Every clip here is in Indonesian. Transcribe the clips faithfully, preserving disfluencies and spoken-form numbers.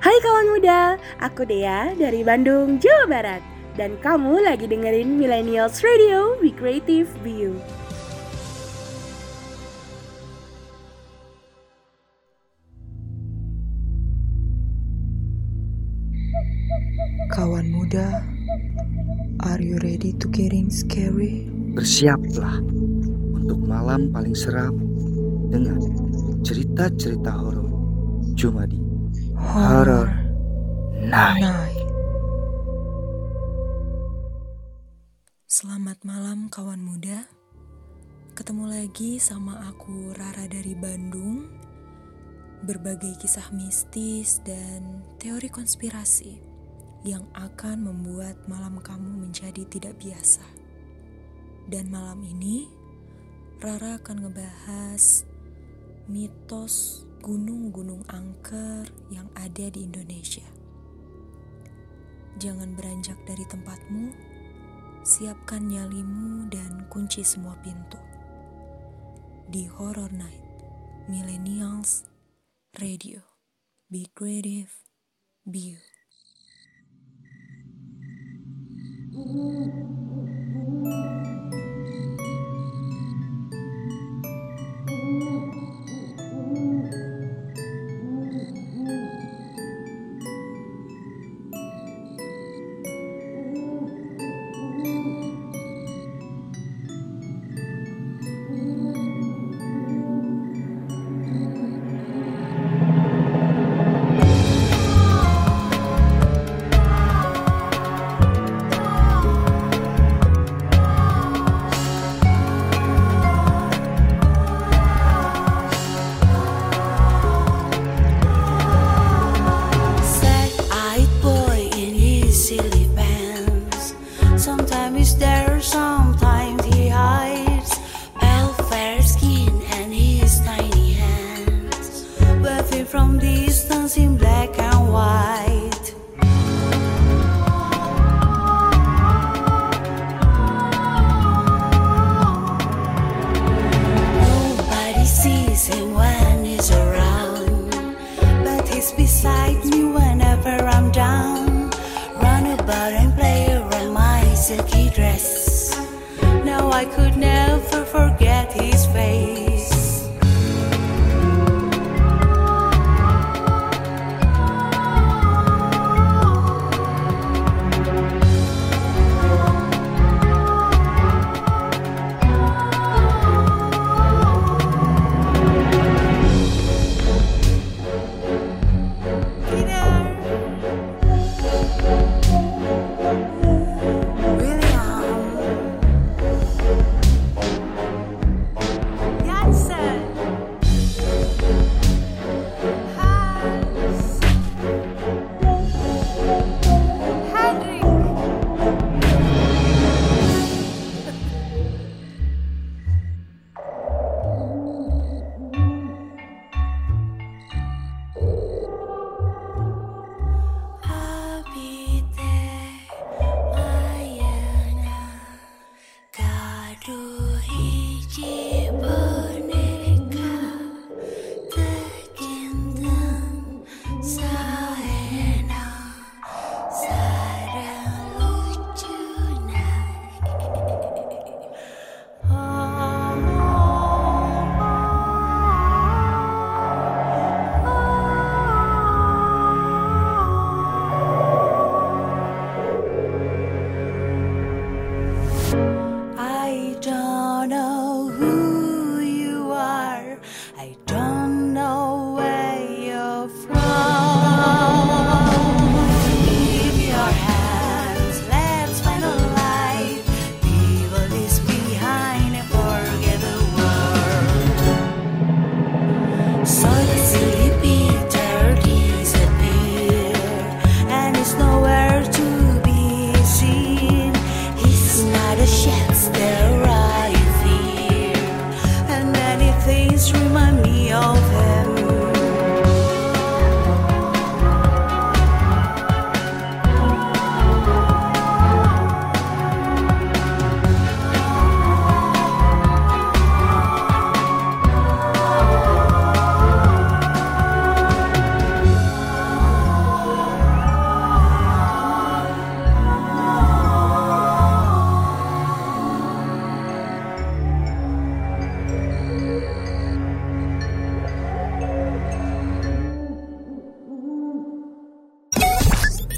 Hai kawan muda, aku Dea dari Bandung, Jawa Barat. Dan kamu lagi dengerin Millennials Radio, We Creative View. Kawan muda, are you ready to getting scary? Bersiaplah untuk malam paling seram dengan cerita-cerita horor cuma di Horror Night. Night. Selamat malam kawan muda. Ketemu lagi sama aku Rara dari Bandung. Berbagai kisah mistis dan teori konspirasi yang akan membuat malam kamu menjadi tidak biasa. Dan malam ini Rara akan ngebahas mitos gunung-gunung angker yang ada di Indonesia. Jangan beranjak dari tempatmu, siapkan nyalimu dan kunci semua pintu. Di Horror Night, Millennials Radio, Be Creative, Be You.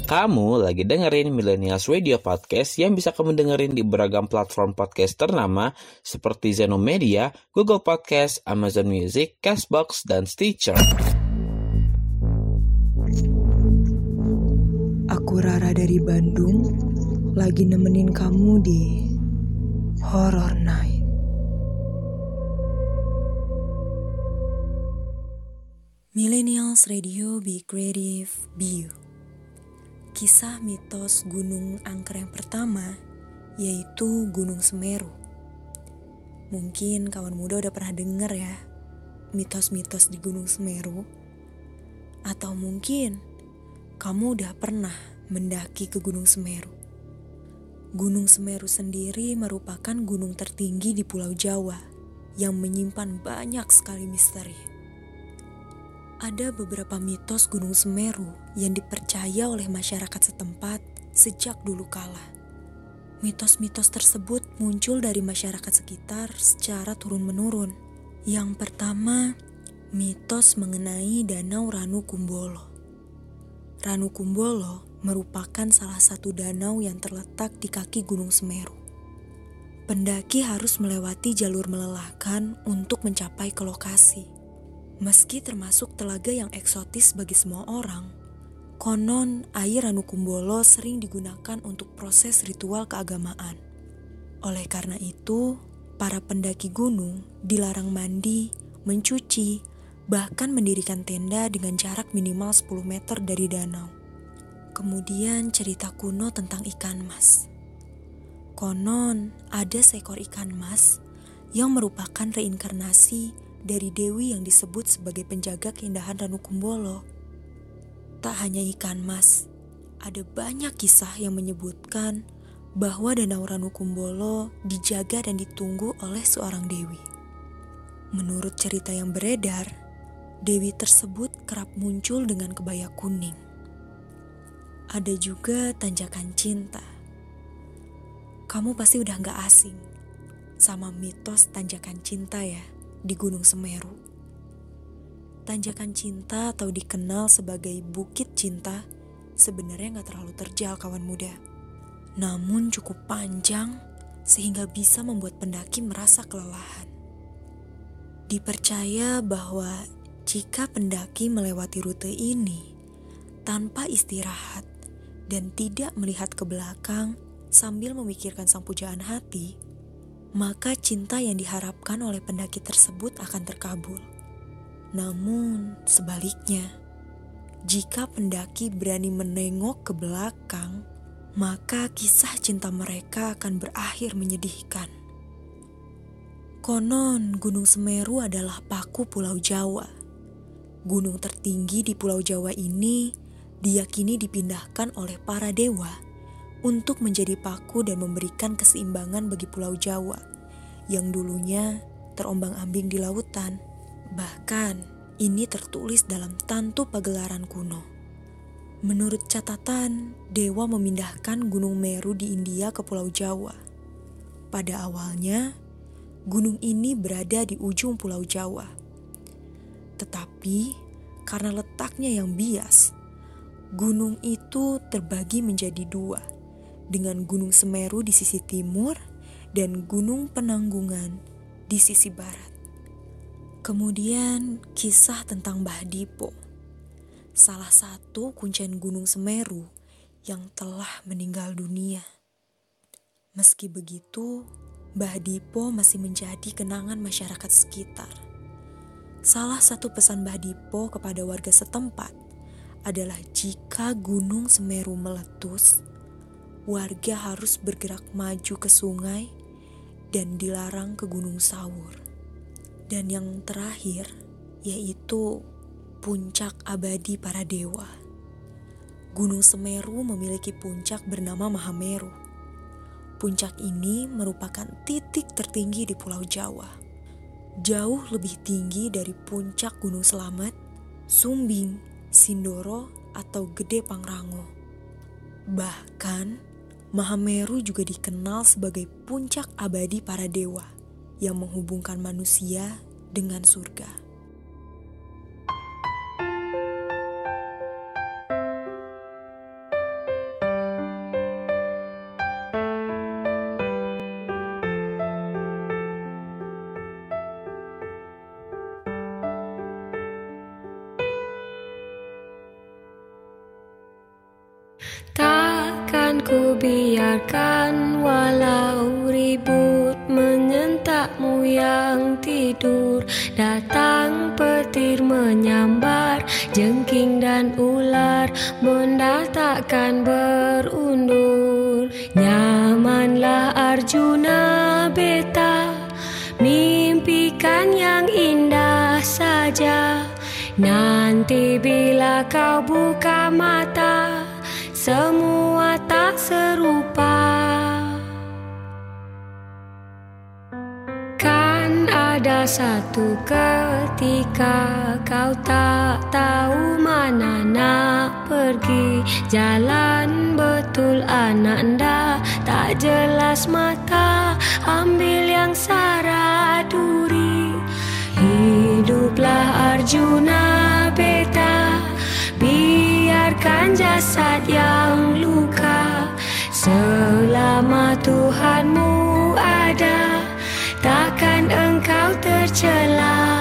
Kamu lagi dengerin Millennials Radio Podcast yang bisa kamu dengerin di beragam platform podcast ternama seperti Zeno Media, Google Podcast, Amazon Music, Castbox, dan Stitcher. Aku Rara dari Bandung, lagi nemenin kamu di Horror Night. Millennials Radio, Be Creative, Be You. Kisah mitos gunung angker yang pertama yaitu Gunung Semeru. Mungkin kawan muda udah pernah denger ya mitos-mitos di Gunung Semeru. Atau mungkin kamu udah pernah mendaki ke Gunung Semeru. Gunung Semeru sendiri merupakan gunung tertinggi di Pulau Jawa yang menyimpan banyak sekali misteri. Ada beberapa mitos Gunung Semeru yang dipercaya oleh masyarakat setempat sejak dulu kala. Mitos-mitos tersebut muncul dari masyarakat sekitar secara turun-menurun. Yang pertama, mitos mengenai Danau Ranu Kumbolo. Ranu Kumbolo merupakan salah satu danau yang terletak di kaki Gunung Semeru. Pendaki harus melewati jalur melelahkan untuk mencapai ke lokasi. Meski termasuk telaga yang eksotis bagi semua orang, konon air Ranu Kumbolo sering digunakan untuk proses ritual keagamaan. Oleh karena itu, para pendaki gunung dilarang mandi, mencuci, bahkan mendirikan tenda dengan jarak minimal sepuluh meter dari danau. Kemudian cerita kuno tentang ikan mas. Konon ada seekor ikan mas yang merupakan reinkarnasi dari dewi yang disebut sebagai penjaga keindahan Ranu Kumbolo. Tak hanya ikan mas, ada banyak kisah yang menyebutkan bahwa Danau Ranu Kumbolo dijaga dan ditunggu oleh seorang dewi. Menurut cerita yang beredar, dewi tersebut kerap muncul dengan kebaya kuning. Ada juga tanjakan cinta. Kamu pasti udah gak asing sama mitos tanjakan cinta ya di Gunung Semeru. Tanjakan cinta atau dikenal sebagai Bukit Cinta sebenarnya gak terlalu terjal kawan muda. Namun cukup panjang sehingga bisa membuat pendaki merasa kelelahan. Dipercaya bahwa jika pendaki melewati rute ini tanpa istirahat dan tidak melihat ke belakang sambil memikirkan sang pujaan hati, maka cinta yang diharapkan oleh pendaki tersebut akan terkabul. Namun sebaliknya, jika pendaki berani menengok ke belakang, maka kisah cinta mereka akan berakhir menyedihkan. Konon Gunung Semeru adalah paku Pulau Jawa. Gunung tertinggi di Pulau Jawa ini diyakini dipindahkan oleh para dewa untuk menjadi paku dan memberikan keseimbangan bagi Pulau Jawa yang dulunya terombang-ambing di lautan. Bahkan ini tertulis dalam Tantu Pagelaran kuno. Menurut catatan, dewa memindahkan Gunung Meru di India ke Pulau Jawa. Pada awalnya, gunung ini berada di ujung Pulau Jawa. Tetapi karena letaknya yang bias, gunung itu terbagi menjadi dua, dengan Gunung Semeru di sisi timur dan Gunung Penanggungan di sisi barat. Kemudian kisah tentang Mbah Dipo, salah satu kuncen Gunung Semeru yang telah meninggal dunia. Meski begitu, Mbah Dipo masih menjadi kenangan masyarakat sekitar. Salah satu pesan Mbah Dipo kepada warga setempat adalah jika Gunung Semeru meletus, warga harus bergerak maju ke sungai dan dilarang ke Gunung Sawur. Dan yang terakhir yaitu puncak abadi para dewa. Gunung Semeru memiliki puncak bernama Mahameru. Puncak ini merupakan titik tertinggi di Pulau Jawa. Jauh lebih tinggi dari puncak Gunung Slamet, Sumbing, Sindoro, atau Gede Pangrango. Bahkan Mahameru juga dikenal sebagai puncak abadi para dewa yang menghubungkan manusia dengan surga. Takkan ku biarkan walau ribut menyentakmu yang tidur. Datang petir menyambar jengking dan ular, benda takkan berundur. Nyamanlah Arjuna beta, mimpikan yang indah saja. Nanti bila kau buka mata, semua tak serupa. Kan ada satu ketika kau tak tahu mana nak pergi. Jalan betul ananda, tak jelas mata, ambil yang sara duri. Hiduplah Arjuna beta, biarkan jasad yang luka. Selama Tuhanmu ada, takkan engkau tercela.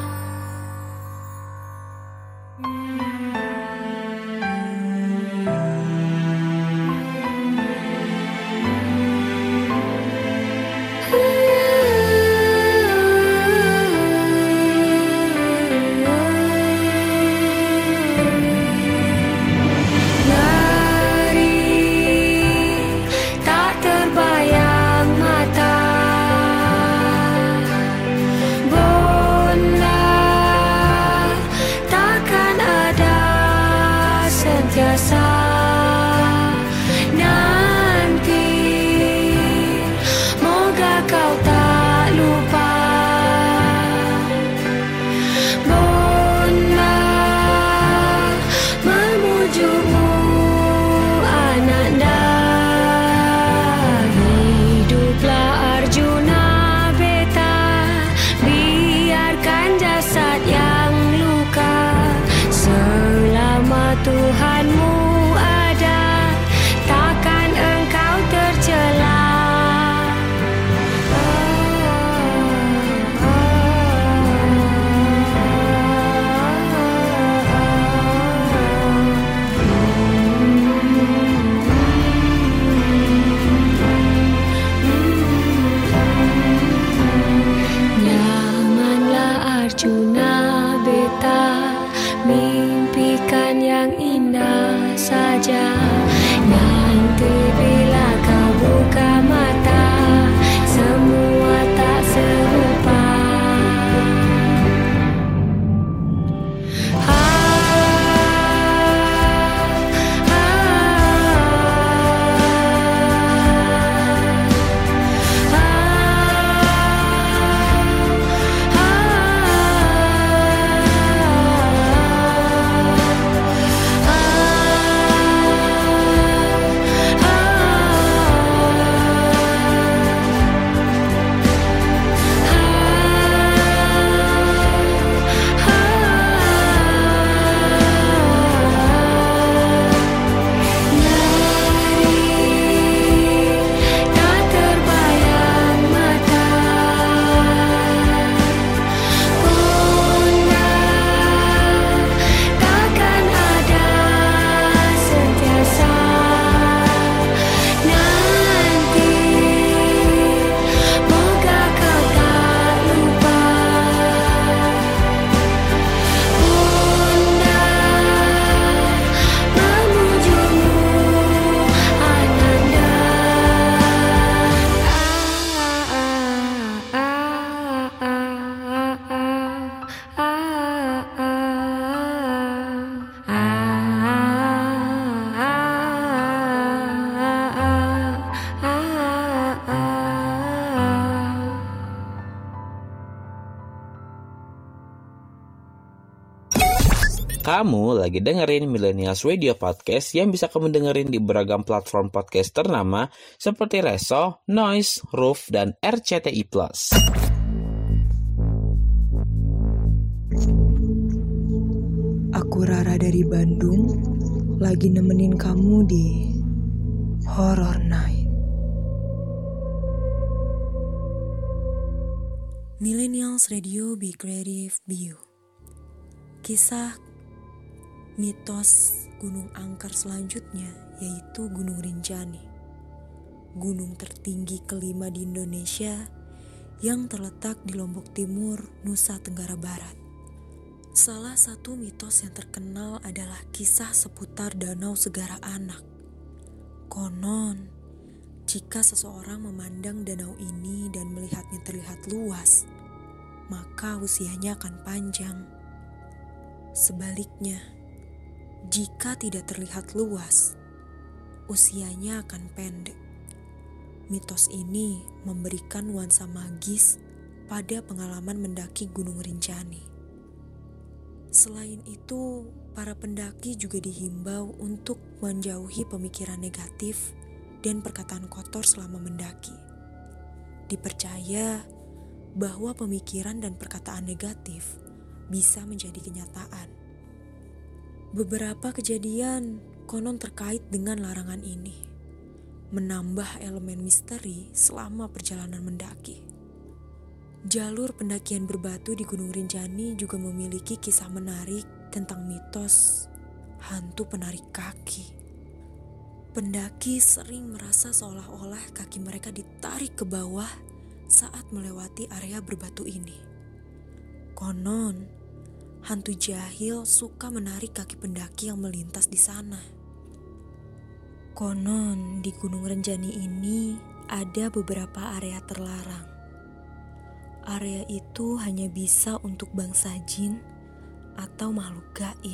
Kamu lagi dengerin Millennials Radio Podcast yang bisa kamu dengerin di beragam platform podcast ternama seperti Reso, Noise, Roof, dan R C T I Plus. Aku Rara dari Bandung, lagi nemenin kamu di Horror Night. Millennials Radio, be creative, be you. Kisah, mitos, gunung angker selanjutnya, yaitu Gunung Rinjani. Gunung tertinggi kelima di Indonesia yang terletak di Lombok Timur, Nusa Tenggara Barat. Salah satu mitos yang terkenal adalah kisah seputar Danau Segara Anak. Konon, jika seseorang memandang danau ini dan melihatnya terlihat luas, maka usianya akan panjang. Sebaliknya, jika tidak terlihat luas, usianya akan pendek. Mitos ini memberikan nuansa magis pada pengalaman mendaki Gunung Rinjani. Selain itu, para pendaki juga dihimbau untuk menjauhi pemikiran negatif dan perkataan kotor selama mendaki. Dipercaya bahwa pemikiran dan perkataan negatif bisa menjadi kenyataan. Beberapa kejadian konon terkait dengan larangan ini, menambah elemen misteri selama perjalanan mendaki. Jalur pendakian berbatu di Gunung Rinjani juga memiliki kisah menarik tentang mitos hantu penarik kaki. Pendaki sering merasa seolah-olah kaki mereka ditarik ke bawah saat melewati area berbatu ini. Konon, hantu jahil suka menarik kaki pendaki yang melintas di sana. Konon, di Gunung Rinjani ini ada beberapa area terlarang. Area itu hanya bisa untuk bangsa jin atau makhluk gaib.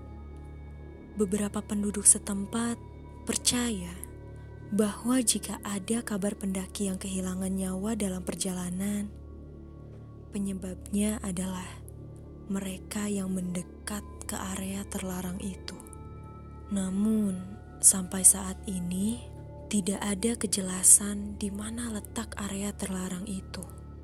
Beberapa penduduk setempat percaya bahwa jika ada kabar pendaki yang kehilangan nyawa dalam perjalanan, penyebabnya adalah mereka yang mendekat ke area terlarang itu. Namun, sampai saat ini tidak ada kejelasan di mana letak area terlarang itu.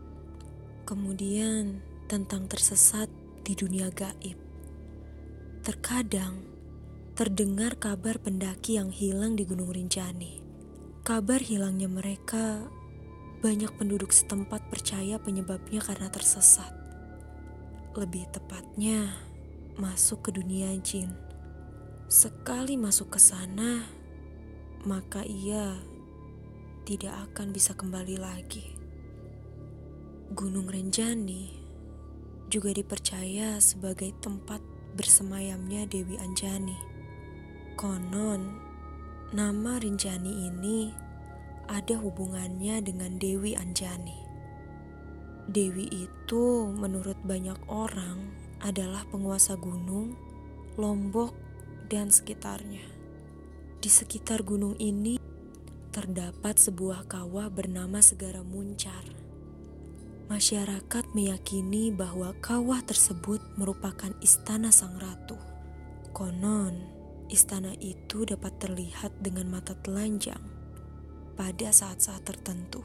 Kemudian, tentang tersesat di dunia gaib. Terkadang terdengar kabar pendaki yang hilang di Gunung Rinjani. Kabar hilangnya mereka, banyak penduduk setempat percaya penyebabnya karena tersesat. Lebih tepatnya, masuk ke dunia jin. Sekali masuk ke sana, maka ia tidak akan bisa kembali lagi. Gunung Rinjani juga dipercaya sebagai tempat bersemayamnya Dewi Anjani. Konon, nama Rinjani ini ada hubungannya dengan Dewi Anjani. Dewi itu menurut banyak orang adalah penguasa gunung, Lombok, dan sekitarnya. Di sekitar gunung ini terdapat sebuah kawah bernama Segara Muncar. Masyarakat meyakini bahwa kawah tersebut merupakan istana sang ratu. Konon, istana itu dapat terlihat dengan mata telanjang pada saat-saat tertentu.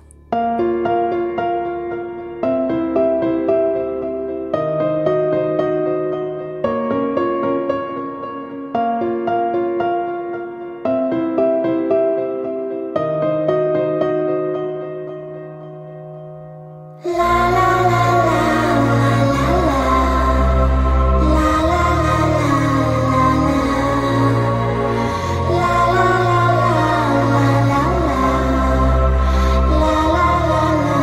La la la la la la la la la la la la la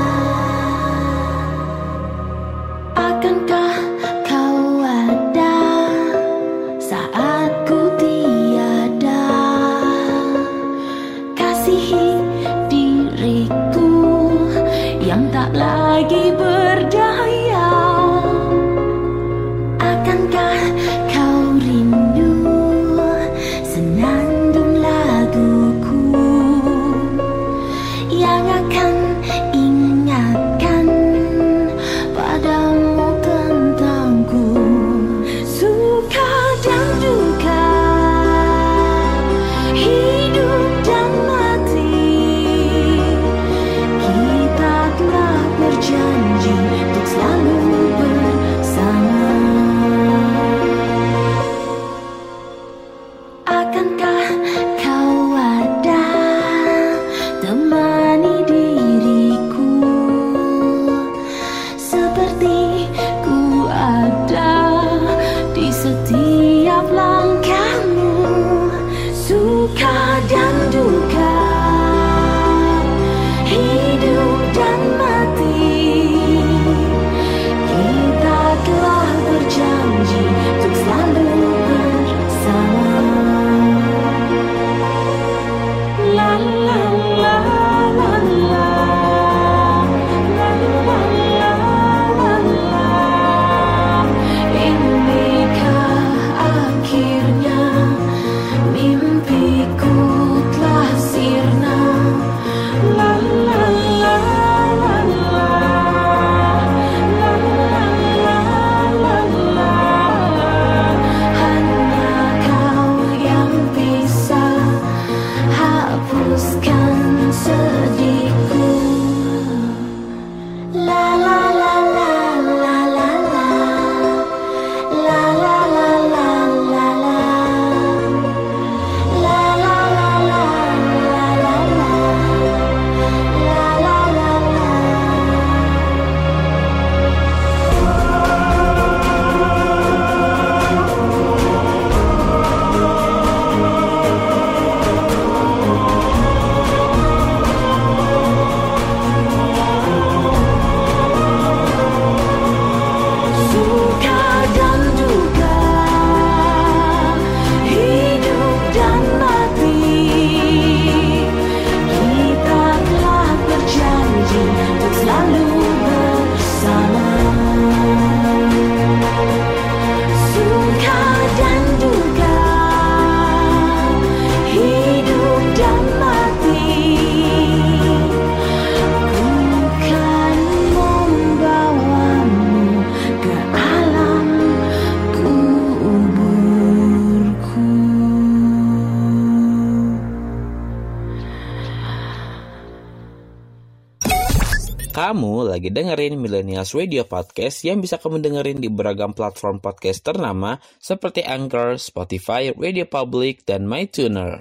Kamu lagi dengerin Millennials Radio Podcast yang bisa kamu dengerin di beragam platform podcast ternama seperti Anchor, Spotify, Radio Public, dan MyTuner.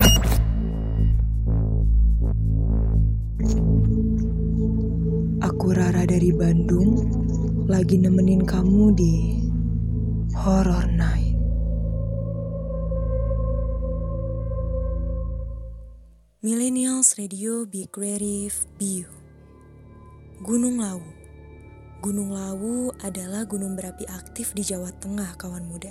Aku Rara dari Bandung, lagi nemenin kamu di Horror Night. Millennials Radio Be Creative, Be You. Gunung Lawu. Gunung Lawu adalah gunung berapi aktif di Jawa Tengah, kawan muda.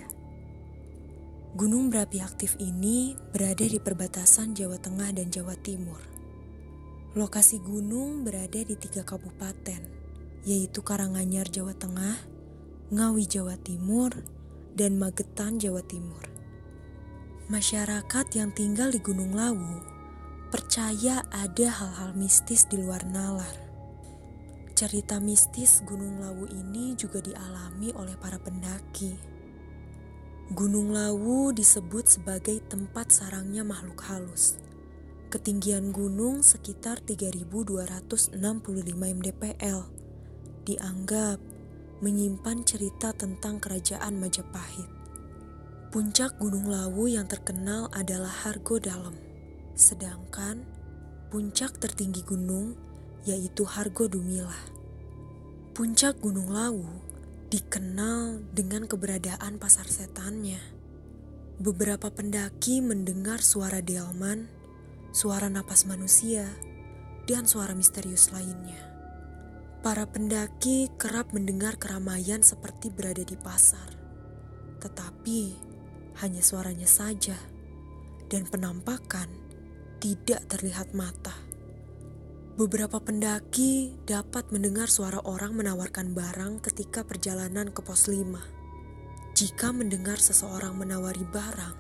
Gunung berapi aktif ini berada di perbatasan Jawa Tengah dan Jawa Timur. Lokasi gunung berada di tiga kabupaten, yaitu Karanganyar, Jawa Tengah, Ngawi, Jawa Timur, dan Magetan, Jawa Timur. Masyarakat yang tinggal di Gunung Lawu percaya ada hal-hal mistis di luar nalar. Cerita mistis Gunung Lawu ini juga dialami oleh para pendaki. Gunung Lawu disebut sebagai tempat sarangnya makhluk halus. Ketinggian gunung sekitar tiga ribu dua ratus enam puluh lima mdpl. Dianggap menyimpan cerita tentang kerajaan Majapahit. Puncak Gunung Lawu yang terkenal adalah Hargo Dalem. Sedangkan puncak tertinggi gunung yaitu Hargo Dumilah. Puncak Gunung Lawu dikenal dengan keberadaan pasar setannya. Beberapa pendaki mendengar suara delman, suara napas manusia, dan suara misterius lainnya. Para pendaki kerap mendengar keramaian seperti berada di pasar. Tetapi hanya suaranya saja, dan penampakan tidak terlihat mata. Beberapa pendaki dapat mendengar suara orang menawarkan barang ketika perjalanan ke pos lima. Jika mendengar seseorang menawari barang,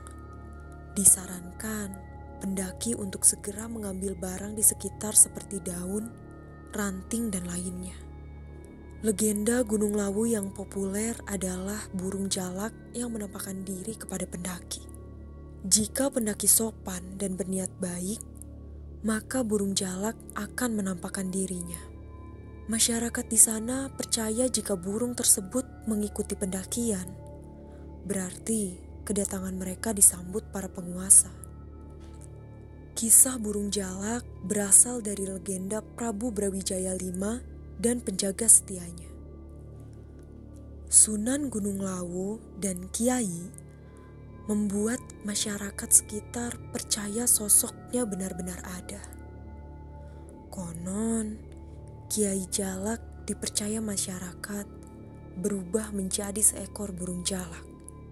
disarankan pendaki untuk segera mengambil barang di sekitar seperti daun, ranting, dan lainnya. Legenda Gunung Lawu yang populer adalah burung jalak yang menampakkan diri kepada pendaki. Jika pendaki sopan dan berniat baik, maka burung jalak akan menampakkan dirinya. Masyarakat di sana percaya jika burung tersebut mengikuti pendakian, berarti kedatangan mereka disambut para penguasa. Kisah burung jalak berasal dari legenda Prabu Brawijaya lima dan penjaga setianya. Sunan Gunung Lawu dan Kiai membuat masyarakat sekitar percaya sosoknya benar-benar ada. Konon, Kiai Jalak dipercaya masyarakat berubah menjadi seekor burung jalak.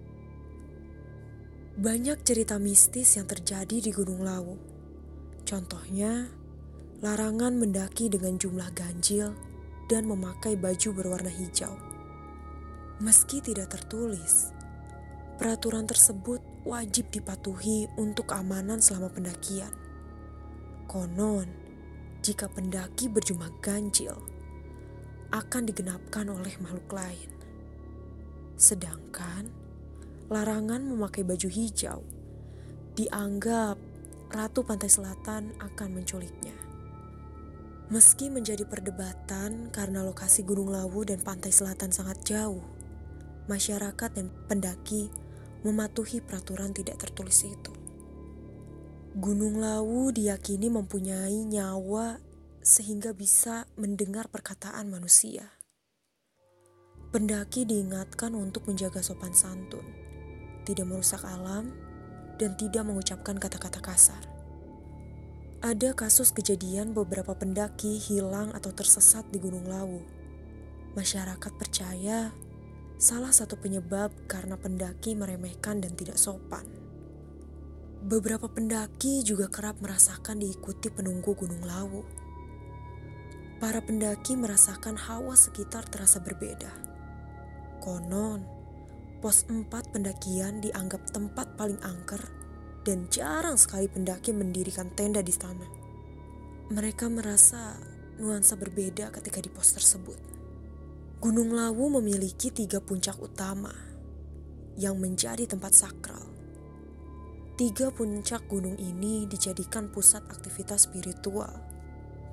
Banyak cerita mistis yang terjadi di Gunung Lawu. Contohnya, larangan mendaki dengan jumlah ganjil dan memakai baju berwarna hijau. Meski tidak tertulis, peraturan tersebut wajib dipatuhi untuk keamanan selama pendakian. Konon, jika pendaki berjumlah ganjil, akan digenapkan oleh makhluk lain. Sedangkan, larangan memakai baju hijau dianggap Ratu Pantai Selatan akan menculiknya. Meski menjadi perdebatan karena lokasi Gunung Lawu dan Pantai Selatan sangat jauh, masyarakat dan pendaki mematuhi peraturan tidak tertulis itu. Gunung Lawu diyakini mempunyai nyawa sehingga bisa mendengar perkataan manusia. Pendaki diingatkan untuk menjaga sopan santun, tidak merusak alam, dan tidak mengucapkan kata-kata kasar. Ada kasus kejadian beberapa pendaki hilang atau tersesat di Gunung Lawu. Masyarakat percaya salah satu penyebab karena pendaki meremehkan dan tidak sopan. Beberapa pendaki juga kerap merasakan diikuti penunggu Gunung Lawu. Para pendaki merasakan hawa sekitar terasa berbeda. Konon, pos empat pendakian dianggap tempat paling angker dan jarang sekali pendaki mendirikan tenda di sana. Mereka merasa nuansa berbeda ketika di pos tersebut. Gunung Lawu memiliki tiga puncak utama yang menjadi tempat sakral. Tiga puncak gunung ini dijadikan pusat aktivitas spiritual.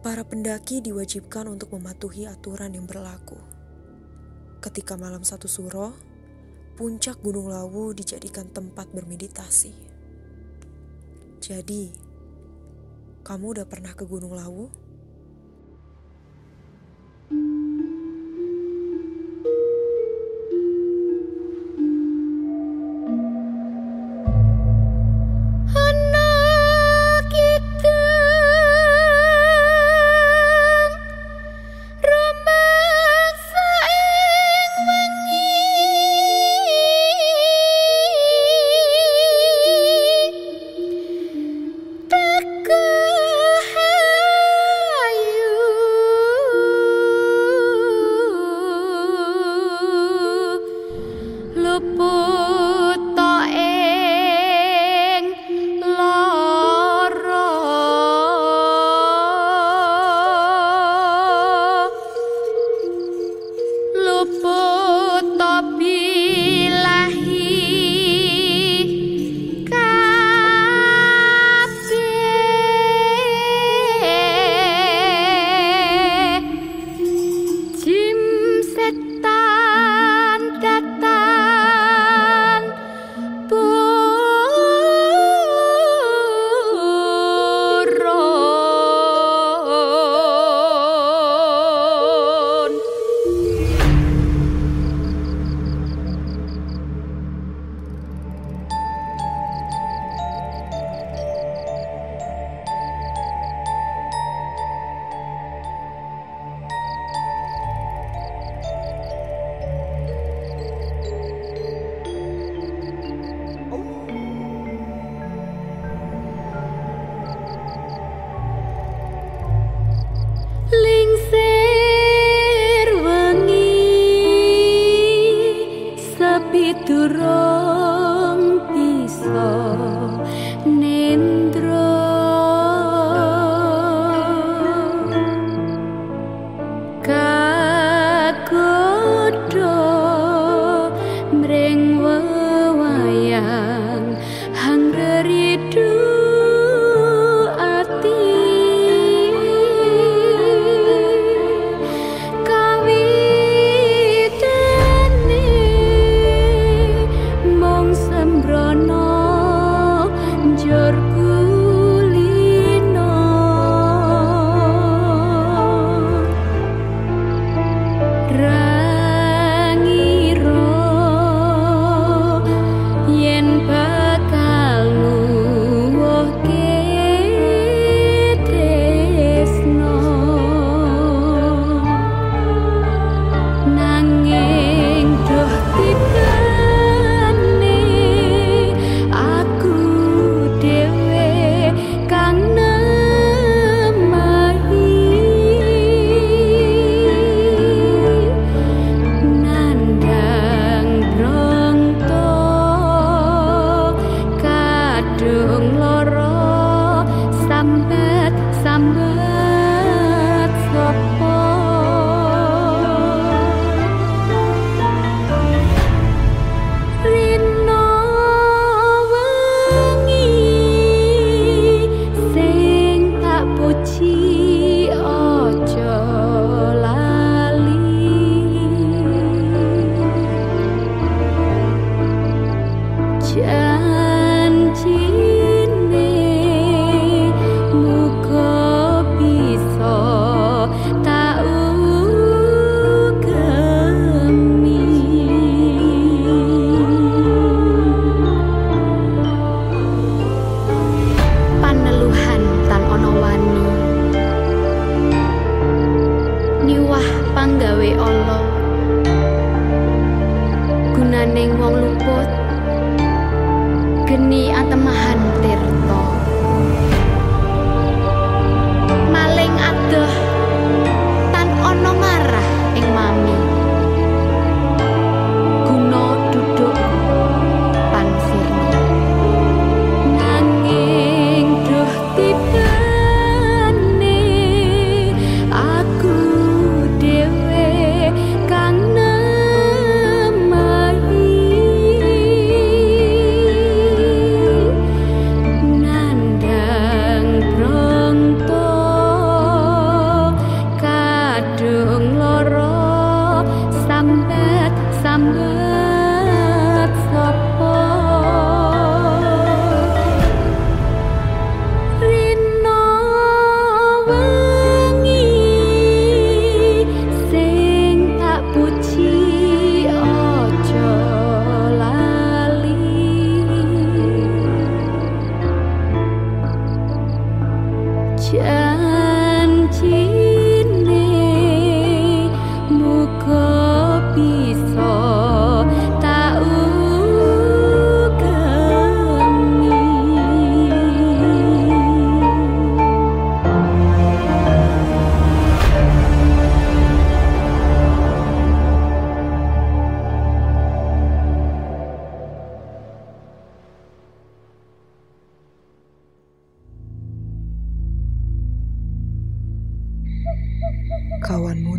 Para pendaki diwajibkan untuk mematuhi aturan yang berlaku. Ketika malam satu suro, puncak Gunung Lawu dijadikan tempat bermeditasi. Jadi, kamu udah pernah ke Gunung Lawu?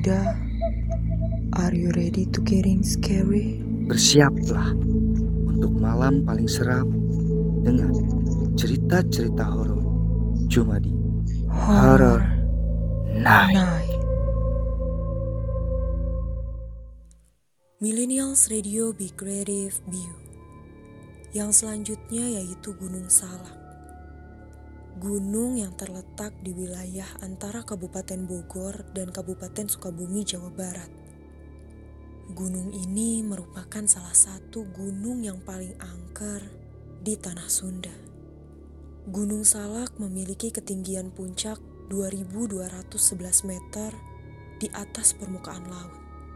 muda, are you ready to getting scary? Bersiaplah untuk malam paling seram dengan cerita-cerita horor cuma di Horror Night. Night. Millennials Radio Be Creative View. Yang selanjutnya yaitu Gunung Salak. Gunung yang terletak di wilayah antara Kabupaten Bogor dan Kabupaten Sukabumi, Jawa Barat. Gunung ini merupakan salah satu gunung yang paling angker di tanah Sunda. Gunung Salak memiliki ketinggian puncak dua ribu dua ratus sebelas meter di atas permukaan laut.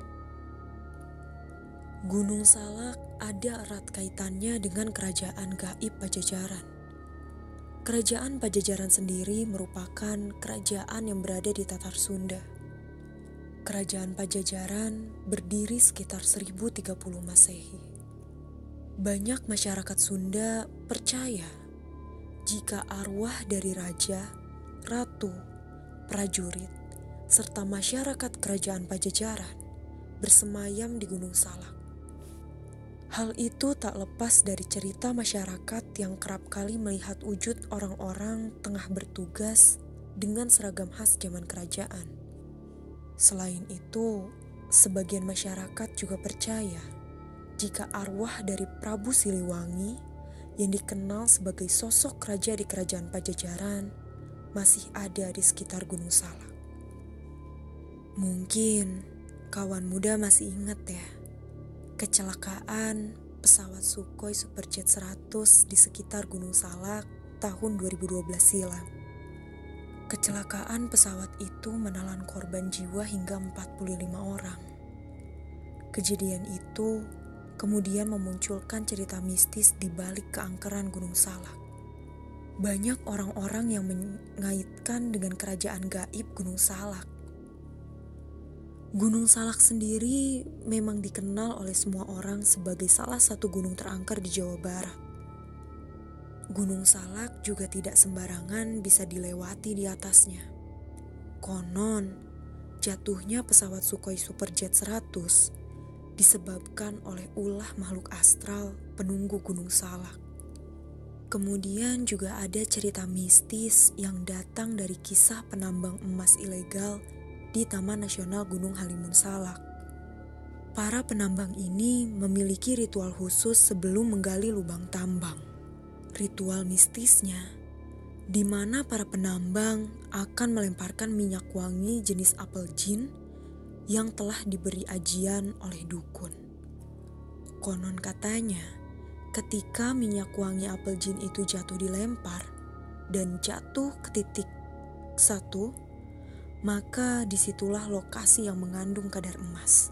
Gunung Salak ada erat kaitannya dengan Kerajaan Gaib Pajajaran. Kerajaan Pajajaran sendiri merupakan kerajaan yang berada di Tatar Sunda. Kerajaan Pajajaran berdiri sekitar seribu tiga puluh Masehi. Banyak masyarakat Sunda percaya jika arwah dari raja, ratu, prajurit, serta masyarakat Kerajaan Pajajaran bersemayam di Gunung Salak. Hal itu tak lepas dari cerita masyarakat yang kerap kali melihat wujud orang-orang tengah bertugas dengan seragam khas zaman kerajaan. Selain itu, sebagian masyarakat juga percaya jika arwah dari Prabu Siliwangi yang dikenal sebagai sosok raja di Kerajaan Pajajaran masih ada di sekitar Gunung Salak. Mungkin kawan muda masih ingat ya, kecelakaan pesawat Sukhoi Superjet seratus di sekitar Gunung Salak tahun dua ribu dua belas silam. Kecelakaan pesawat itu menelan korban jiwa hingga empat puluh lima orang. Kejadian itu kemudian memunculkan cerita mistis di balik keangkeran Gunung Salak. Banyak orang-orang yang mengaitkan dengan kerajaan gaib Gunung Salak. Gunung Salak sendiri memang dikenal oleh semua orang sebagai salah satu gunung terangker di Jawa Barat. Gunung Salak juga tidak sembarangan bisa dilewati di atasnya. Konon, jatuhnya pesawat Sukhoi Superjet seratus disebabkan oleh ulah makhluk astral penunggu Gunung Salak. Kemudian juga ada cerita mistis yang datang dari kisah penambang emas ilegal di Taman Nasional Gunung Halimun Salak. Para penambang ini memiliki ritual khusus sebelum menggali lubang tambang. Ritual mistisnya, di mana para penambang akan melemparkan minyak wangi jenis apel jin yang telah diberi ajian oleh dukun. Konon katanya, ketika minyak wangi apel jin itu jatuh dilempar dan jatuh ke titik satu, maka disitulah lokasi yang mengandung kadar emas.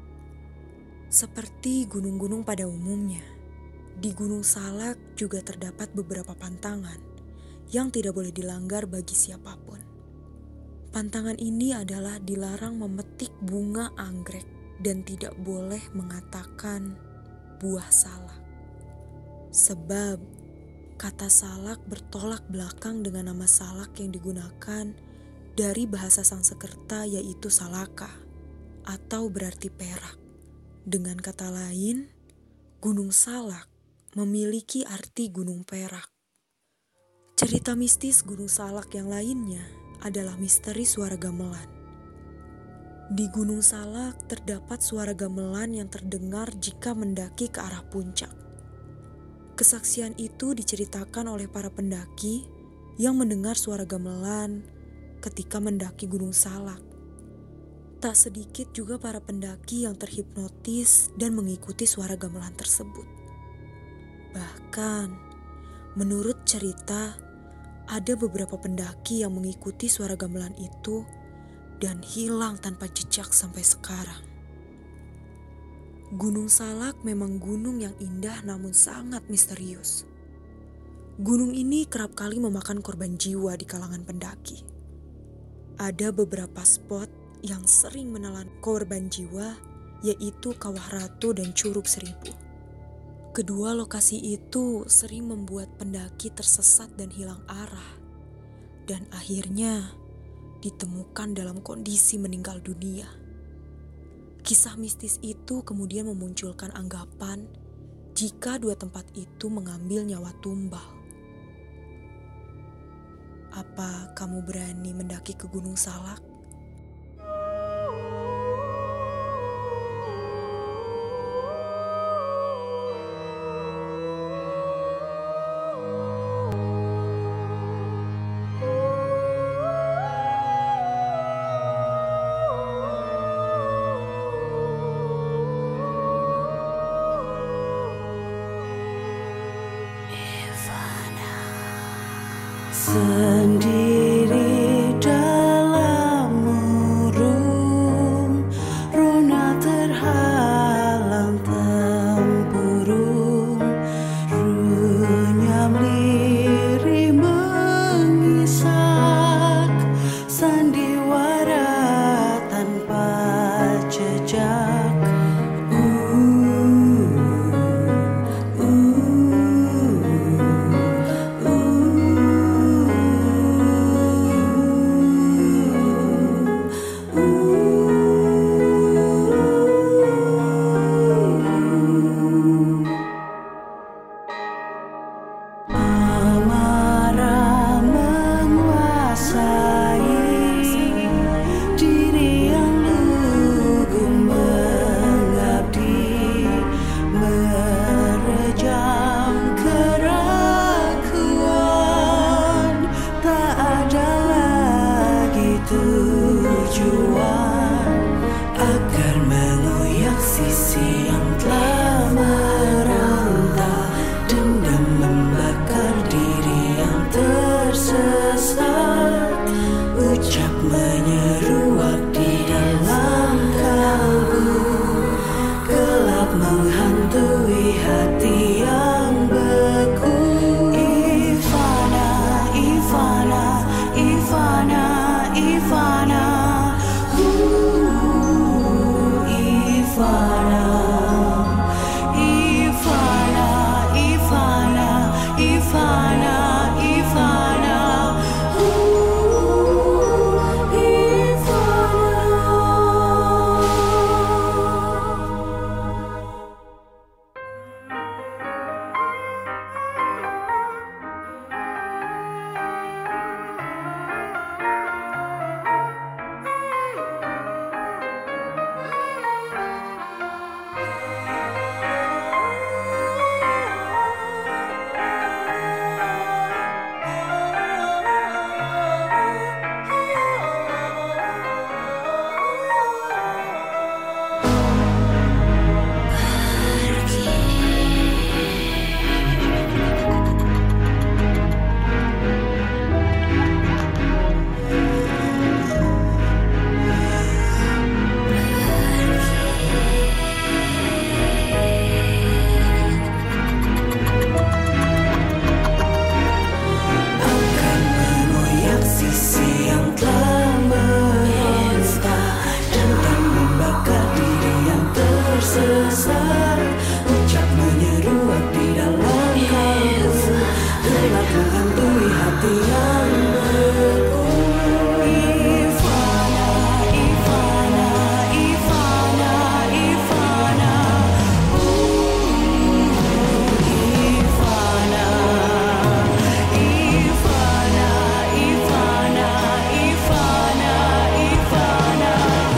Seperti gunung-gunung pada umumnya, di Gunung Salak juga terdapat beberapa pantangan yang tidak boleh dilanggar bagi siapapun. Pantangan ini adalah dilarang memetik bunga anggrek dan tidak boleh mengatakan buah salak. Sebab kata salak bertolak belakang dengan nama salak yang digunakan dari bahasa Sanskerta yaitu salaka atau berarti perak. Dengan kata lain, Gunung Salak memiliki arti gunung perak. Cerita mistis Gunung Salak yang lainnya adalah misteri suara gamelan. Di Gunung Salak terdapat suara gamelan yang terdengar jika mendaki ke arah puncak. Kesaksian itu diceritakan oleh para pendaki yang mendengar suara gamelan ketika mendaki Gunung Salak. Tak sedikit juga para pendaki yang terhipnotis dan mengikuti suara gamelan tersebut. Bahkan, menurut cerita, ada beberapa pendaki yang mengikuti suara gamelan itu dan hilang tanpa jejak sampai sekarang. Gunung Salak memang gunung yang indah namun sangat misterius. Gunung ini kerap kali memakan korban jiwa di kalangan pendaki. Ada beberapa spot yang sering menelan korban jiwa, yaitu Kawah Ratu dan Curug Seribu. Kedua lokasi itu sering membuat pendaki tersesat dan hilang arah, dan akhirnya ditemukan dalam kondisi meninggal dunia. Kisah mistis itu kemudian memunculkan anggapan jika dua tempat itu mengambil nyawa tumbal. Apa kamu berani mendaki ke Gunung Salak? Sendiri dalam murung, rona terhalang tempurung, runyam lirih mengisak, sandiwara tanpa jejak. Tujuan agar mengoyak sisi yang telah merantau, dendam membakar diri yang tersesat, ucap menyeruak di dalam kalbu, gelap menghantui hati yang beku. Ivana, Ivana, Ivana, Ivana, ooh, Ivana, Ivana, Ivana, Ivana, Ivana, ooh, Ivana. Ucap menyeruak di dalam kalbu, gelap menghantui hati yang beku. Ivana, Ivana, Ivana, Ivana, ooh, Ivana, Ivana, Ivana, Ivana, Ivana,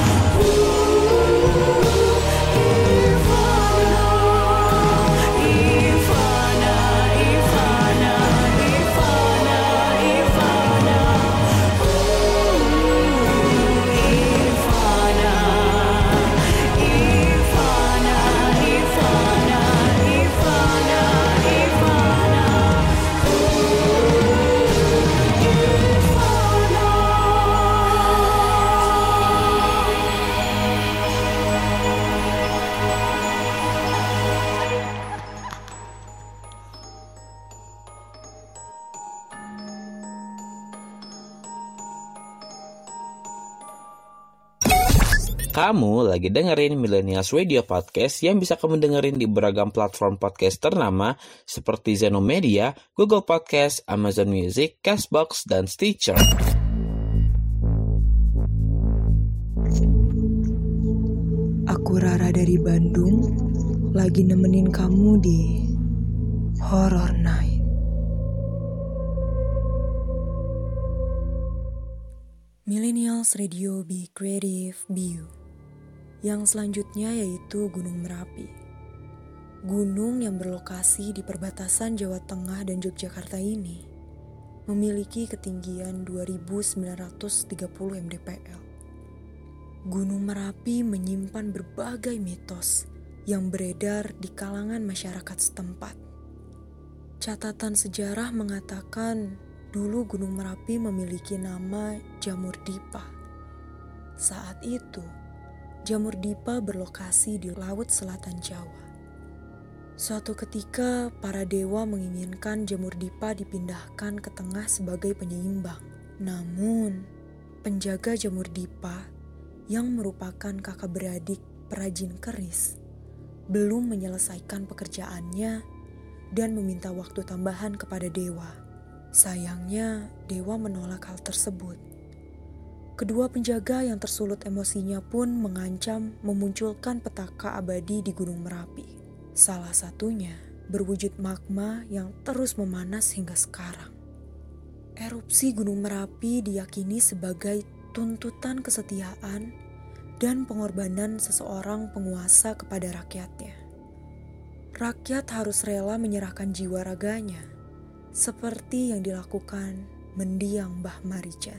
Kamu lagi dengerin Millennials Radio Podcast yang bisa kamu dengerin di beragam platform podcast ternama seperti Zenomedia, Google Podcast, Amazon Music, Castbox, dan Stitcher. Aku Aku Rara dari Bandung, lagi nemenin kamu di Horror Night. Millennials Radio Be Creative Be You. Yang selanjutnya yaitu Gunung Merapi. Gunung yang berlokasi di perbatasan Jawa Tengah dan Yogyakarta ini memiliki ketinggian dua ribu sembilan ratus tiga puluh mdpl. Gunung Merapi menyimpan berbagai mitos yang beredar di kalangan masyarakat setempat. Catatan sejarah mengatakan dulu Gunung Merapi memiliki nama Jamur Dipa. Saat itu, Jamur Dipa berlokasi di Laut Selatan Jawa. Suatu ketika, para dewa menginginkan Jamur Dipa dipindahkan ke tengah sebagai penyeimbang. Namun, penjaga Jamur Dipa yang merupakan kakak beradik perajin keris belum menyelesaikan pekerjaannya dan meminta waktu tambahan kepada dewa. Sayangnya, dewa menolak hal tersebut. Kedua penjaga yang tersulut emosinya pun mengancam memunculkan petaka abadi di Gunung Merapi. Salah satunya berwujud magma yang terus memanas hingga sekarang. Erupsi Gunung Merapi diyakini sebagai tuntutan kesetiaan dan pengorbanan seseorang penguasa kepada rakyatnya. Rakyat harus rela menyerahkan jiwa raganya, seperti yang dilakukan mendiang Mbah Marijan.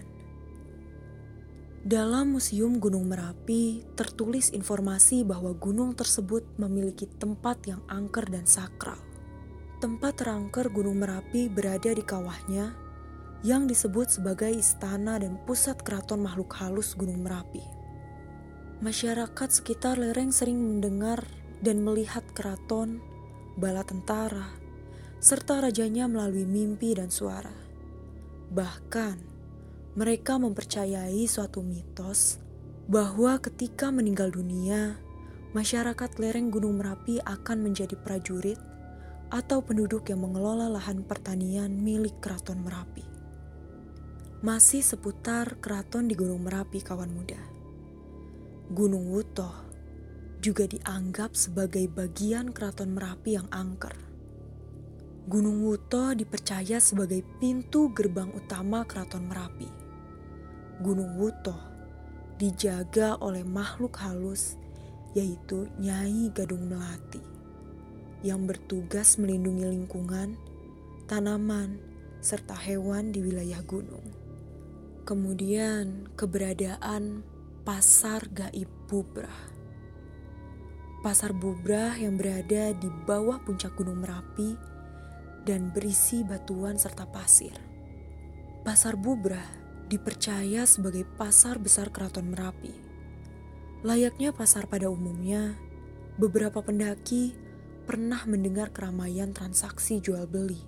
Dalam Museum Gunung Merapi tertulis informasi bahwa gunung tersebut memiliki tempat yang angker dan sakral. Tempat terangker Gunung Merapi berada di kawahnya yang disebut sebagai istana dan pusat keraton makhluk halus Gunung Merapi. Masyarakat sekitar lereng sering mendengar dan melihat keraton, bala tentara, serta rajanya melalui mimpi dan suara. Bahkan, mereka mempercayai suatu mitos bahwa ketika meninggal dunia, masyarakat lereng Gunung Merapi akan menjadi prajurit atau penduduk yang mengelola lahan pertanian milik Keraton Merapi. Masih seputar keraton di Gunung Merapi, kawan muda. Gunung Wutoh juga dianggap sebagai bagian Keraton Merapi yang angker. Gunung Wutoh dipercaya sebagai pintu gerbang utama Keraton Merapi. Gunung Wutoh dijaga oleh makhluk halus yaitu Nyai Gadung Melati yang bertugas melindungi lingkungan, tanaman, serta hewan di wilayah gunung. Kemudian keberadaan Pasar Gaib Bubrah. Pasar Bubrah yang berada di bawah puncak Gunung Merapi dan berisi batuan serta pasir. Pasar Bubrah dipercaya sebagai pasar besar Keraton Merapi. Layaknya pasar pada umumnya, beberapa pendaki pernah mendengar keramaian transaksi jual beli.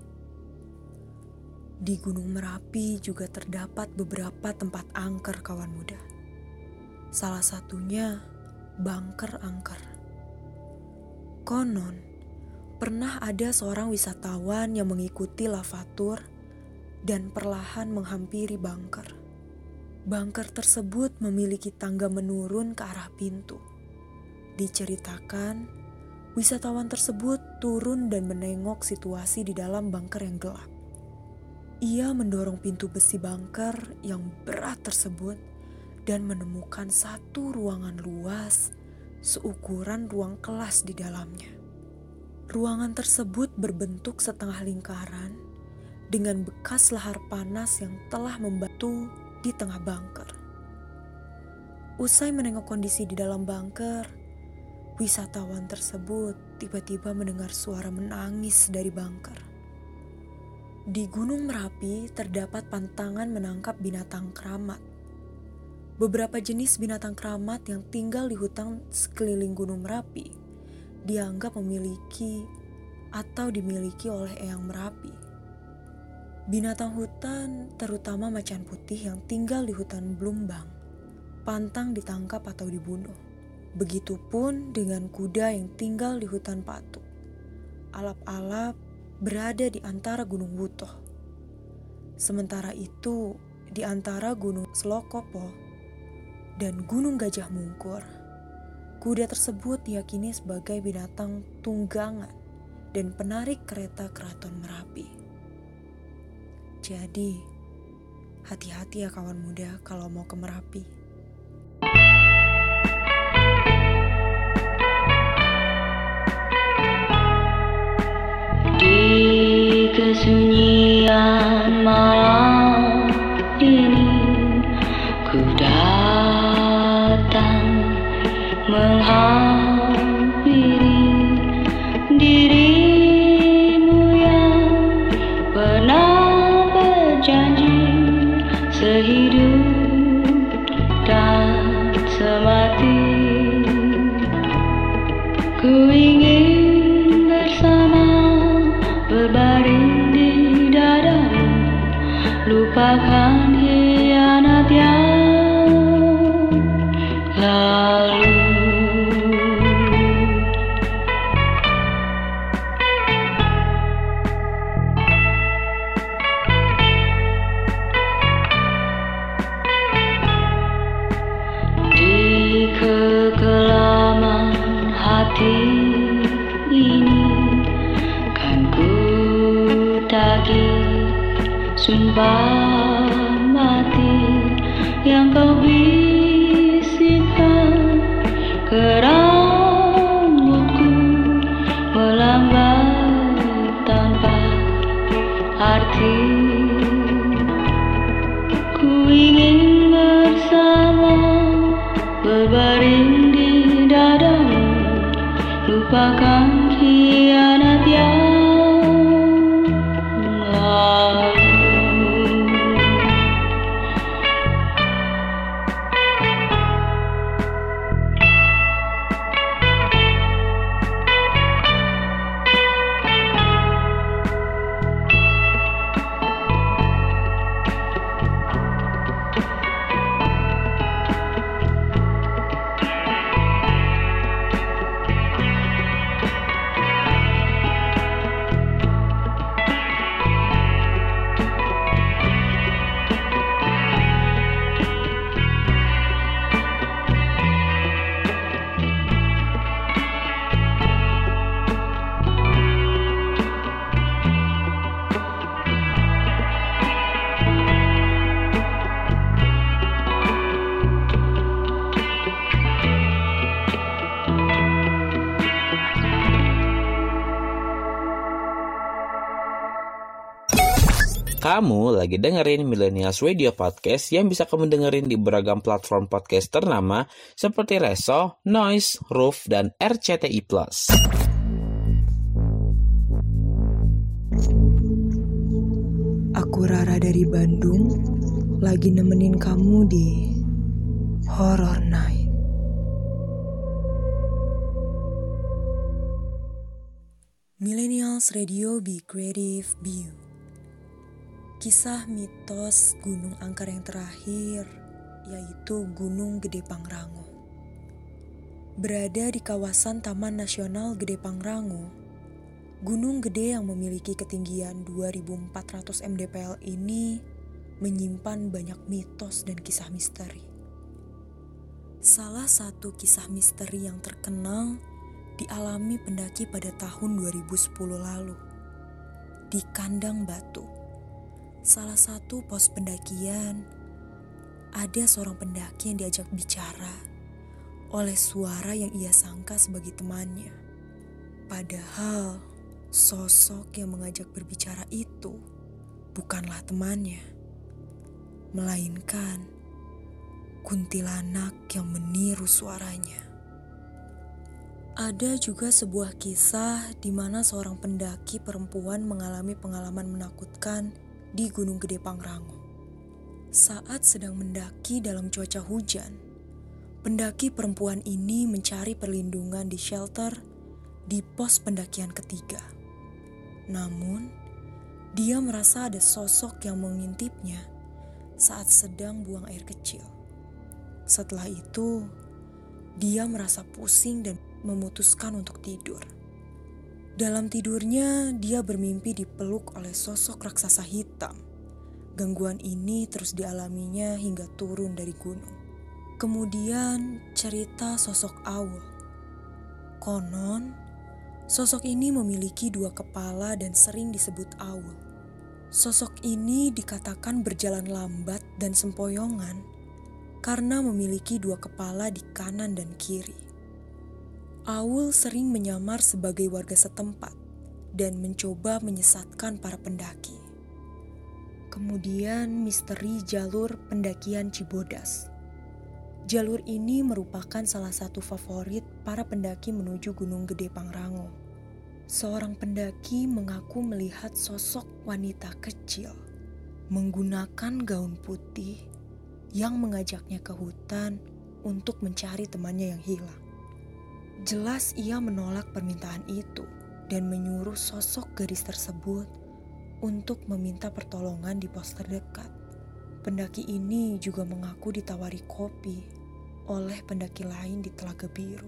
Di Gunung Merapi juga terdapat beberapa tempat angker, kawan muda. Salah satunya Bangker Angker. Konon, pernah ada seorang wisatawan yang mengikuti lavatur dan perlahan menghampiri bangker. Bangker tersebut memiliki tangga menurun ke arah pintu. Diceritakan, wisatawan tersebut turun dan menengok situasi di dalam bangker yang gelap. Ia mendorong pintu besi bangker yang berat tersebut dan menemukan satu ruangan luas seukuran ruang kelas di dalamnya. Ruangan tersebut berbentuk setengah lingkaran dengan bekas lahar panas yang telah membatu di tengah bangker. Usai menengok kondisi di dalam bangker, wisatawan tersebut tiba-tiba mendengar suara menangis dari bangker. Di Gunung Merapi terdapat pantangan menangkap binatang keramat. Beberapa jenis binatang keramat yang tinggal di hutan sekeliling Gunung Merapi dianggap memiliki atau dimiliki oleh Eyang Merapi. Binatang hutan terutama macan putih yang tinggal di hutan Blumbang pantang ditangkap atau dibunuh. Begitupun dengan kuda yang tinggal di hutan Patuk. Alap-alap berada di antara Gunung Wutoh. Sementara itu, di antara Gunung Selokopo dan Gunung Gajah Mungkur, Kuda tersebut diyakini sebagai binatang tunggangan dan penarik kereta keraton Merapi. Jadi, hati-hati ya kawan muda kalau mau ke Merapi. Di kesunyian malam ini ku datang menghampiri dirimu yang pernah berjanji sehidup dan semati. Ku ingin bersama berbaring di dadamu, lupakan hianat yang lalu. Di kekelaman hati ini kan ku tagih sumpah mati yang kau bisikkan ke rambutku, melambai tanpa arti. Ku ingin bersama berbaring di dadamu, lupakan hianat yang lalu. Kamu lagi dengerin Millennials Radio Podcast yang bisa kamu dengerin di beragam platform podcast ternama seperti Reso, Noise, Roof, dan R C T I Plus. Aku Rara dari Bandung, lagi nemenin kamu di Horror Night. Millennials Radio, Be Creative, Be You. Kisah mitos Gunung Angker yang terakhir, yaitu Gunung Gede Pangrango. Berada di kawasan Taman Nasional Gede Pangrango, Gunung Gede yang memiliki ketinggian dua ribu empat ratus mdpl ini menyimpan banyak mitos dan kisah misteri. Salah satu kisah misteri yang terkenal dialami pendaki pada tahun dua ribu sepuluh lalu. Di Kandang Batu, salah satu pos pendakian, ada seorang pendaki yang diajak bicara oleh suara yang ia sangka sebagai temannya. Padahal sosok yang mengajak berbicara itu bukanlah temannya, melainkan kuntilanak yang meniru suaranya. Ada juga sebuah kisah di mana seorang pendaki perempuan mengalami pengalaman menakutkan di Gunung Gede Pangrango. Saat sedang mendaki dalam cuaca hujan, pendaki perempuan ini mencari perlindungan di shelter di pos pendakian ketiga. Namun, dia merasa ada sosok yang mengintipnya saat sedang buang air kecil. Setelah itu, dia merasa pusing dan memutuskan untuk tidur. Dalam tidurnya, dia bermimpi dipeluk oleh sosok raksasa hitam. Gangguan ini terus dialaminya hingga turun dari gunung. Kemudian cerita sosok Aul. Konon, sosok ini memiliki dua kepala dan sering disebut Aul. Sosok ini dikatakan berjalan lambat dan sempoyongan karena memiliki dua kepala di kanan dan kiri. Aul sering menyamar sebagai warga setempat dan mencoba menyesatkan para pendaki. Kemudian misteri jalur pendakian Cibodas. Jalur ini merupakan salah satu favorit para pendaki menuju Gunung Gede Pangrango. Seorang pendaki mengaku melihat sosok wanita kecil menggunakan gaun putih yang mengajaknya ke hutan untuk mencari temannya yang hilang. Jelas ia menolak permintaan itu dan menyuruh sosok gadis tersebut untuk meminta pertolongan di pos terdekat. Pendaki ini juga mengaku ditawari kopi oleh pendaki lain di Telaga Biru.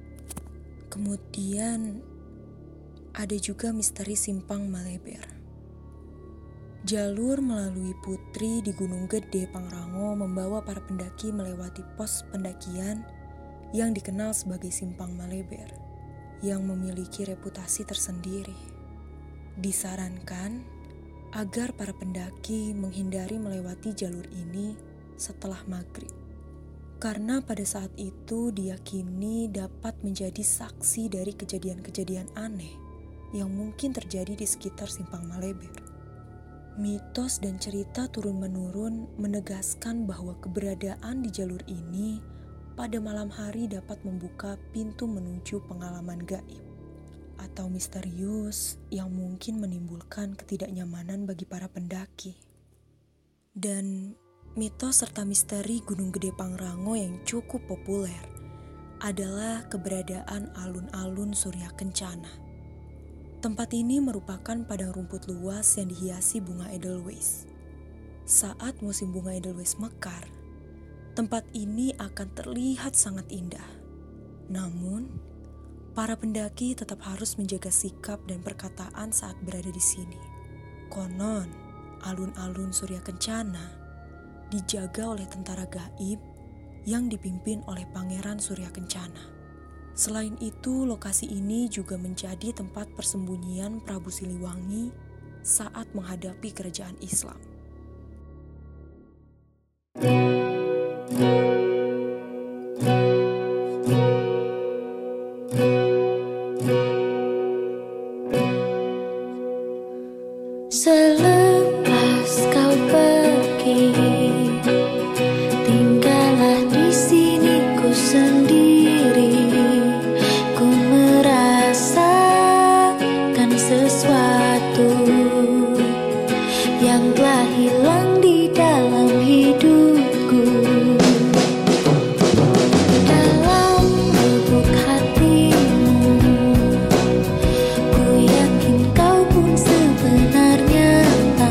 Kemudian ada juga misteri Simpang Maleber. Jalur melalui Putri di Gunung Gede Pangrango membawa para pendaki melewati pos pendakian yang dikenal sebagai Simpang Maleber, yang memiliki reputasi tersendiri. Disarankan agar para pendaki menghindari melewati jalur ini setelah maghrib, karena pada saat itu diyakini dapat menjadi saksi dari kejadian-kejadian aneh yang mungkin terjadi di sekitar Simpang Maleber. Mitos dan cerita turun-menurun menegaskan bahwa keberadaan di jalur ini pada malam hari dapat membuka pintu menuju pengalaman gaib atau misterius yang mungkin menimbulkan ketidaknyamanan bagi para pendaki. Dan mitos serta misteri Gunung Gede Pangrango yang cukup populer adalah keberadaan alun-alun Surya Kencana. Tempat ini merupakan padang rumput luas yang dihiasi bunga edelweiss. Saat musim bunga edelweiss mekar, tempat ini akan terlihat sangat indah. Namun, para pendaki tetap harus menjaga sikap dan perkataan saat berada di sini. Konon, alun-alun Surya Kencana dijaga oleh tentara gaib yang dipimpin oleh Pangeran Surya Kencana. Selain itu, lokasi ini juga menjadi tempat persembunyian Prabu Siliwangi saat menghadapi kerajaan Islam. Selepas kau pergi, tinggallah di sini ku sendiri. Ku merasakan sesuatu yang telah hilang di dalam hidupku. Dalam lubuk hatimu, ku yakin kau pun sebenarnya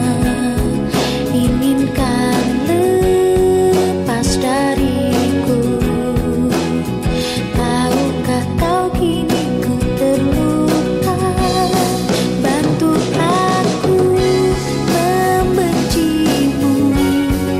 inginkan lepas dariku. Tahukah kau kini ku terluka? Bantu aku membencimu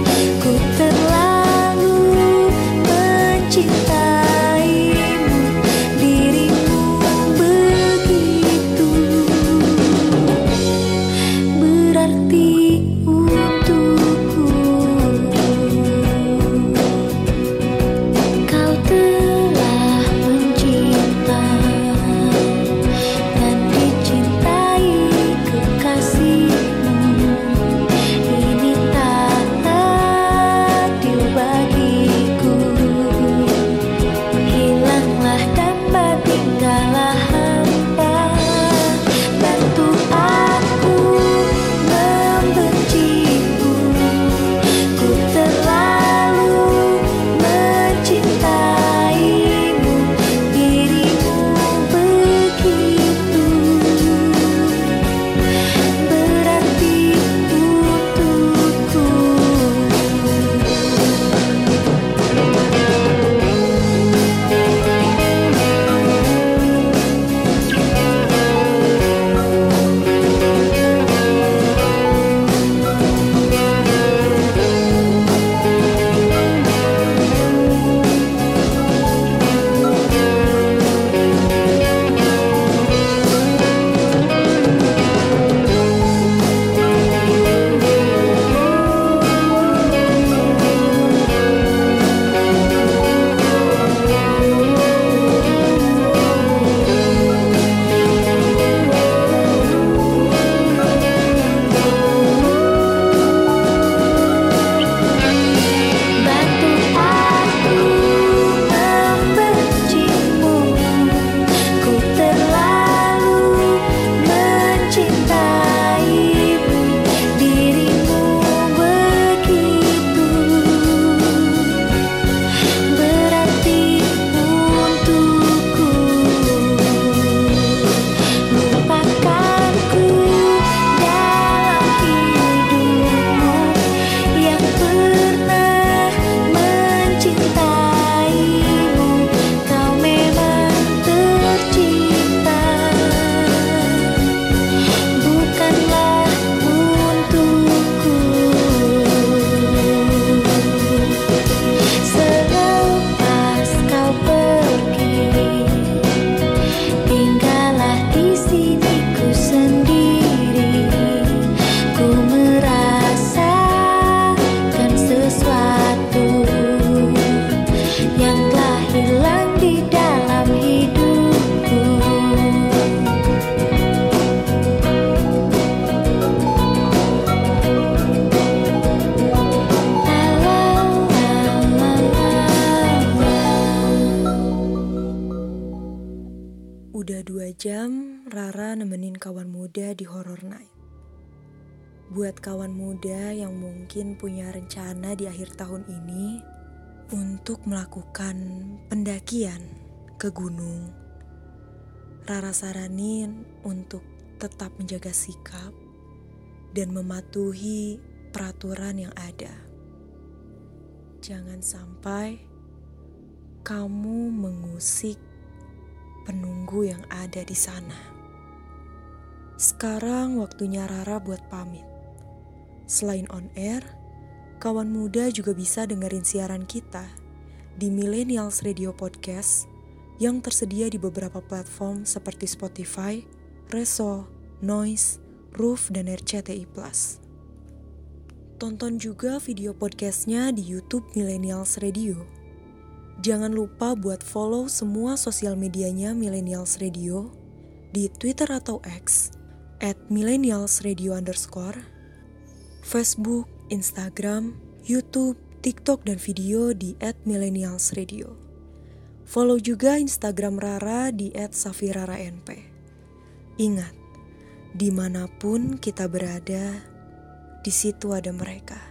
Sudah dua jam Rara nemenin kawan muda di Horror Night. Buat kawan muda yang mungkin punya rencana di akhir tahun ini untuk melakukan pendakian ke gunung, Rara saranin untuk tetap menjaga sikap dan mematuhi peraturan yang ada. Jangan sampai kamu mengusik penunggu yang ada di sana. Sekarang waktunya Rara buat pamit. Selain on air, kawan muda juga bisa dengerin siaran kita di Millennials Radio Podcast yang tersedia di beberapa platform seperti Spotify, Reso, Noise, Roof, dan R C T I Plus. Tonton juga video podcastnya di YouTube Millennials Radio. Jangan lupa buat follow semua sosial medianya Millennials Radio di Twitter atau X at millennialsradio underscore, Facebook, Instagram, YouTube, TikTok, dan video di at millennialsradio. Follow juga Instagram Rara di at safiraranp. Ingat, dimanapun kita berada, di situ ada mereka.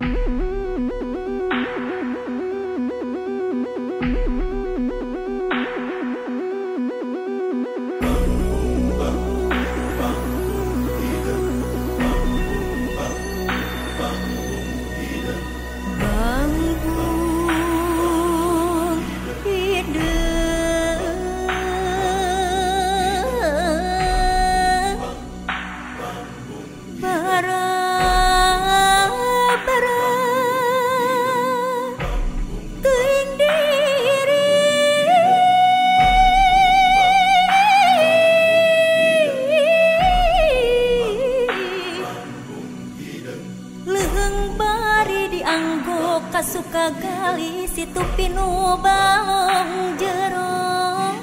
Kasuka gali situ pinu balong jero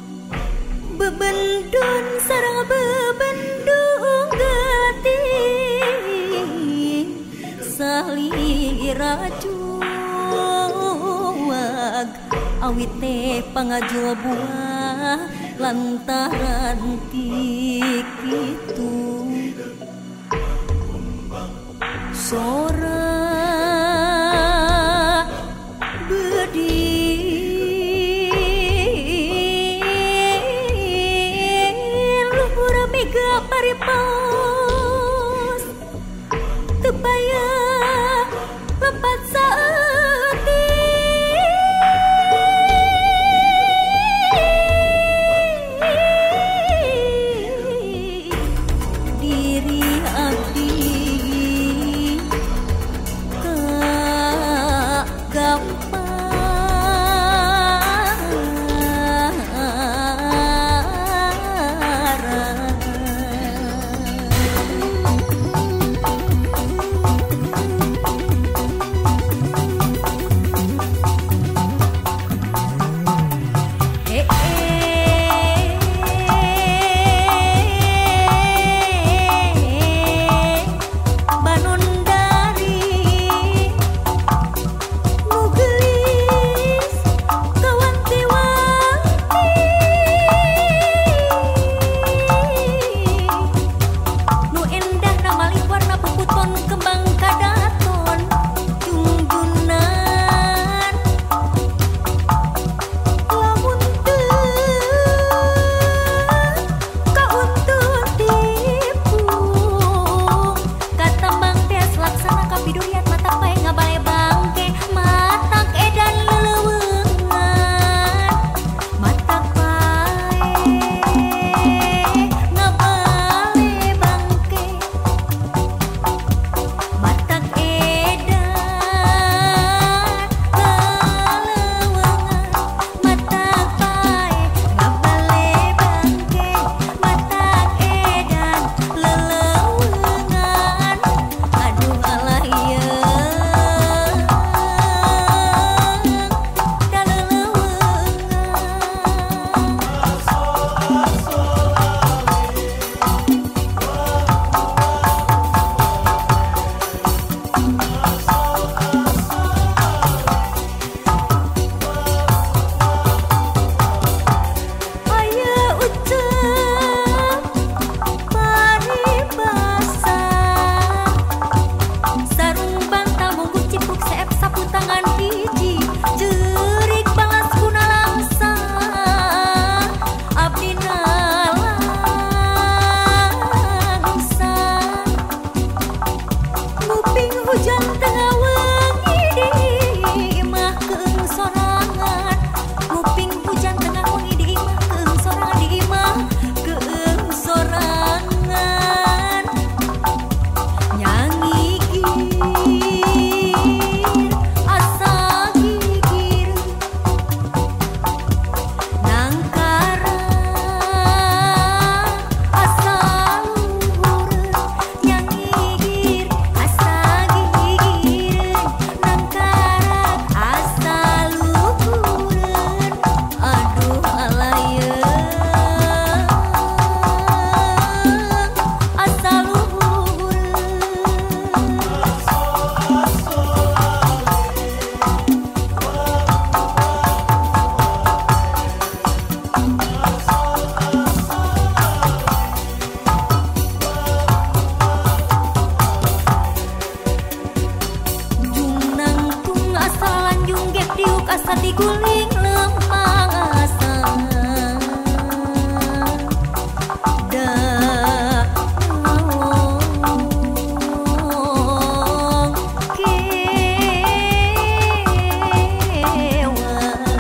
bebendun sarang bebendung gati salira juag awit teh pangajul buah lantaran kitu sora paripaus tebaya lepat saati diri abdi tak gampang. asa diguling lempang asa daong kewan.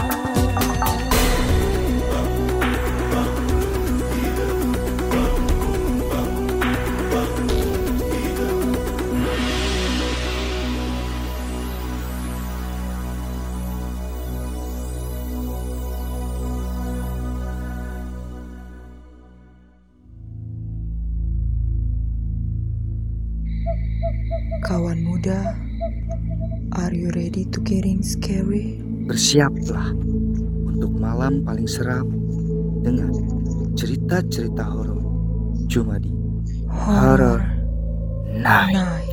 Kawan muda, are you ready to getting scary? Bersiaplah untuk malam paling seram dengan cerita-cerita horor cuma di Horror Night. Night.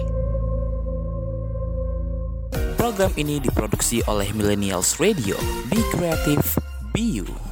Program ini diproduksi oleh Millennials Radio. Be creative, be you.